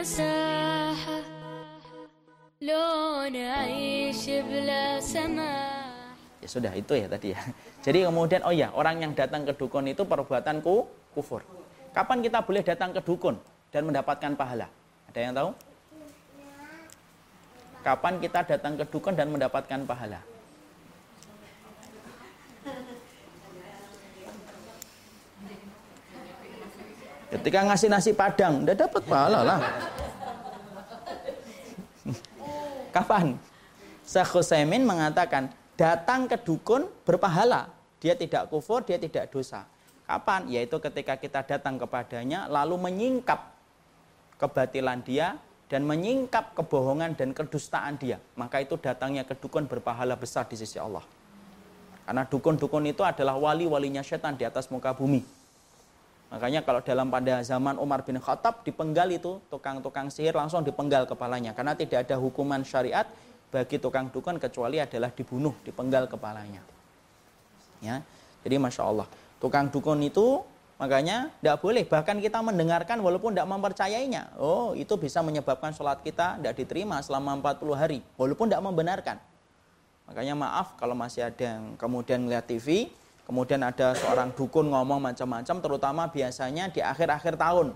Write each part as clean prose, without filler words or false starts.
مساحة لو نعيش بلا سماح. Ya sudah itu ya tadi ya. Jadi kemudian orang yang datang ke dukun itu perbuatan kufur. Kapan kita boleh datang ke dukun dan mendapatkan pahala? Ada yang tahu? Kapan kita datang ke dukun dan mendapatkan pahala? Ketika ngasih nasi padang, udah dapat pahala lah. Kapan? Syekh Utsaimin mengatakan, datang ke dukun berpahala. Dia tidak kufur, dia tidak dosa. Kapan? Yaitu ketika kita datang kepadanya, lalu menyingkap kebatilan dia, dan menyingkap kebohongan dan kedustaan dia. Maka itu datangnya ke dukun berpahala besar di sisi Allah. Karena dukun-dukun itu adalah wali-walinya setan di atas muka bumi. Makanya kalau pada zaman Umar bin Khattab dipenggal itu tukang-tukang sihir langsung dipenggal kepalanya. Karena tidak ada hukuman syariat bagi tukang dukun kecuali adalah dibunuh, dipenggal kepalanya. Ya, jadi Masya Allah. Tukang dukun itu makanya tidak boleh. Bahkan kita mendengarkan walaupun tidak mempercayainya. Oh, itu bisa menyebabkan sholat kita tidak diterima selama 40 hari. Walaupun tidak membenarkan. Makanya maaf kalau masih ada yang kemudian melihat TV, kemudian ada seorang dukun ngomong macam-macam, terutama biasanya di akhir-akhir tahun.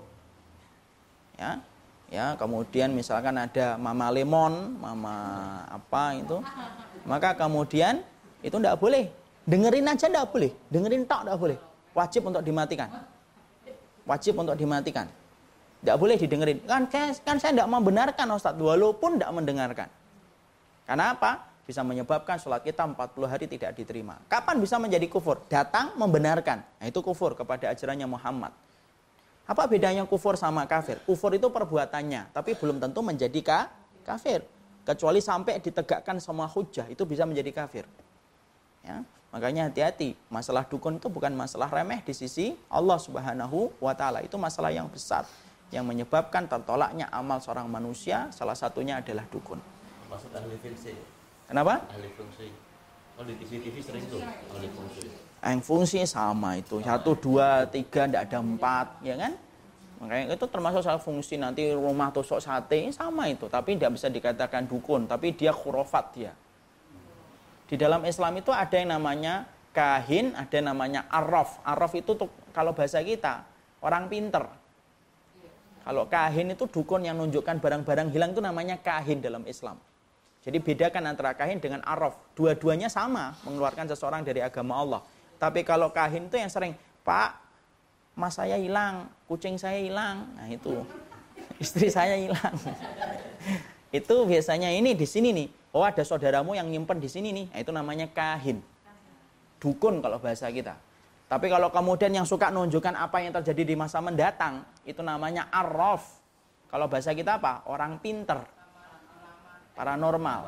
Ya, kemudian misalkan ada Mama Lemon, Mama apa itu, maka kemudian itu tidak boleh. Dengerin aja tidak boleh, dengerin tok tidak boleh. Wajib untuk dimatikan. Wajib untuk dimatikan. Tidak boleh didengerin. Kan saya tidak membenarkan Ustaz, walaupun tidak mendengarkan. Karena apa? Bisa menyebabkan sholat kita 40 hari tidak diterima. Kapan bisa menjadi kufur? Datang membenarkan. Nah, itu kufur kepada ajarannya Muhammad. Apa bedanya kufur sama kafir? Kufur itu perbuatannya, tapi belum tentu menjadi kafir. Kecuali sampai ditegakkan semua hujah, itu bisa menjadi kafir. Ya, makanya hati-hati. Masalah dukun itu bukan masalah remeh di sisi Allah Subhanahu wa Ta'ala. Itu masalah yang besar yang menyebabkan tertolaknya amal seorang manusia. Salah satunya adalah dukun. Maksud ahli fungsi. Kenapa? Ahli fungsi. Oh, di TV sering tuh ahli fungsi. Yang fungsi sama itu. 1, 2, 3, tidak ada 4, ya kan? Makanya itu termasuk salah fungsi. Nanti rumah tusuk sate, sama itu. Tapi tidak bisa dikatakan dukun. Tapi dia khurafat dia. Di dalam Islam itu ada yang namanya kahin, ada yang namanya arraf. Arraf itu tuh, kalau bahasa kita, orang pinter. Kalau kahin itu dukun yang menunjukkan barang-barang hilang itu namanya kahin dalam Islam. Jadi bedakan antara kahin dengan arraf. Dua-duanya sama mengeluarkan seseorang dari agama Allah. Tapi kalau kahin itu yang sering, Pak, mas saya hilang, kucing saya hilang. Nah itu, istri saya hilang. Itu biasanya ini di sini nih. Oh, ada saudaramu yang nyimpen di sini nih. Nah, itu namanya kahin. Dukun kalau bahasa kita. Tapi kalau kemudian yang suka menunjukkan apa yang terjadi di masa mendatang, itu namanya arraf. Kalau bahasa kita apa? Orang pinter. Paranormal.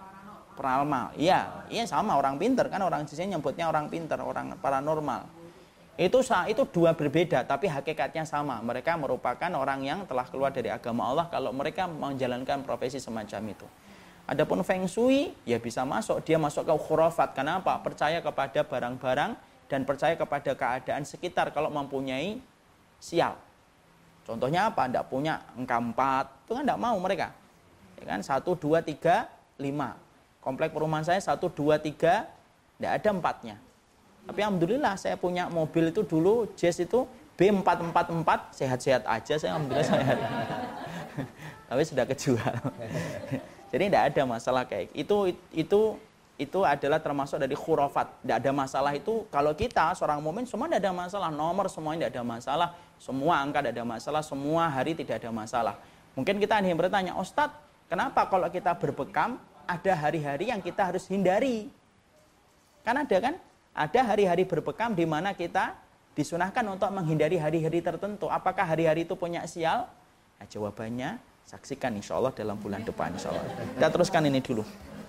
Iya sama orang pinter kan, orang di sini nyebutnya orang pinter, orang paranormal. Itu dua berbeda tapi hakikatnya sama. Mereka merupakan orang yang telah keluar dari agama Allah kalau mereka menjalankan profesi semacam itu. Adapun feng shui ya bisa masuk, dia masuk ke khurafat. Kenapa? Percaya kepada barang-barang dan percaya kepada keadaan sekitar kalau mempunyai sial. Contohnya apa? Tidak punya angka 4, itu kan tidak mau mereka. Ya kan? 1, 2, 3, 5. Komplek perumahan saya 1, 2, 3, tidak ada 4-nya. Tapi alhamdulillah saya punya mobil itu dulu, Jazz itu B444, sehat-sehat aja saya, alhamdulillah saya. Tapi sudah kejual. Jadi tidak ada masalah kayak itu adalah termasuk dari khurafat. Tidak ada masalah itu kalau kita seorang mukmin semua tidak ada masalah, nomor semuanya tidak ada masalah, semua angka tidak ada masalah, semua hari tidak ada masalah. Mungkin kita ada yang bertanya, Ustadz, kenapa kalau kita berbekam ada hari-hari yang kita harus hindari? Kan ada kan? Ada hari-hari berbekam di mana kita disunahkan untuk menghindari hari-hari tertentu. Apakah hari-hari itu punya sial? Nah, jawabannya saksikan insya Allah dalam bulan depan insya Allah. Kita teruskan ini dulu.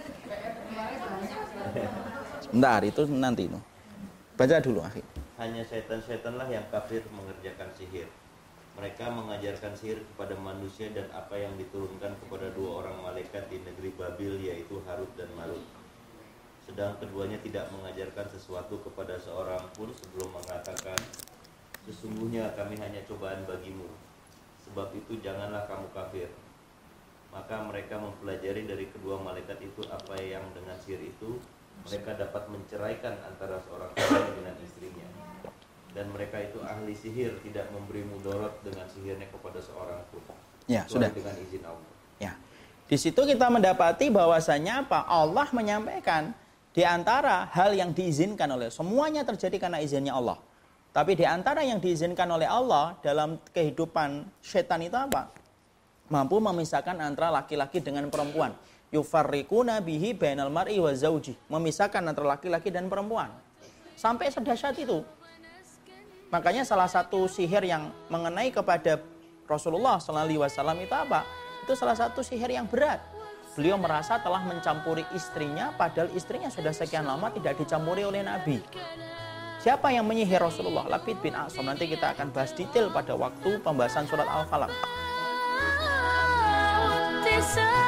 Sebentar, itu nanti itu. Baca dulu akhir. Hanya setan-setanlah yang kafir mengerjakan sihir. Mereka mengajarkan sihir kepada manusia dan apa yang diturunkan kepada 2 orang malaikat di negeri Babil, yaitu Harut dan Marut. Sedang keduanya tidak mengajarkan sesuatu kepada seorang pun sebelum mengatakan, sesungguhnya kami hanya cobaan bagimu. sebab itu janganlah kamu kafir. Maka mereka mempelajari dari kedua malaikat itu apa yang dengan sihir itu mereka dapat menceraikan antara seorang suami dengan istrinya. Dan mereka itu ahli sihir, tidak memberi mudarat dengan sihirnya kepada seorang pun. Ya, sudah. Dengan izin Allah. Ya. Di situ kita mendapati bahwasanya apa? Allah menyampaikan di antara hal yang diizinkan oleh semuanya terjadi karena izinnya Allah. Tapi di antara yang diizinkan oleh Allah dalam kehidupan setan itu apa? Mampu memisahkan antara laki-laki dengan perempuan. Yufarriquna bihi bainal mar'i wa zauji. Memisahkan antara laki-laki dan perempuan. Sampai sedahsyat itu. Makanya salah satu sihir yang mengenai kepada Rasulullah SAW itu apa? Itu salah satu sihir yang berat. Beliau merasa telah mencampuri istrinya, padahal istrinya sudah sekian lama tidak dicampuri oleh Nabi. Siapa yang menyihir Rasulullah? Labid bin A'sam. Nanti kita akan bahas detail pada waktu pembahasan surat Al-Falaq.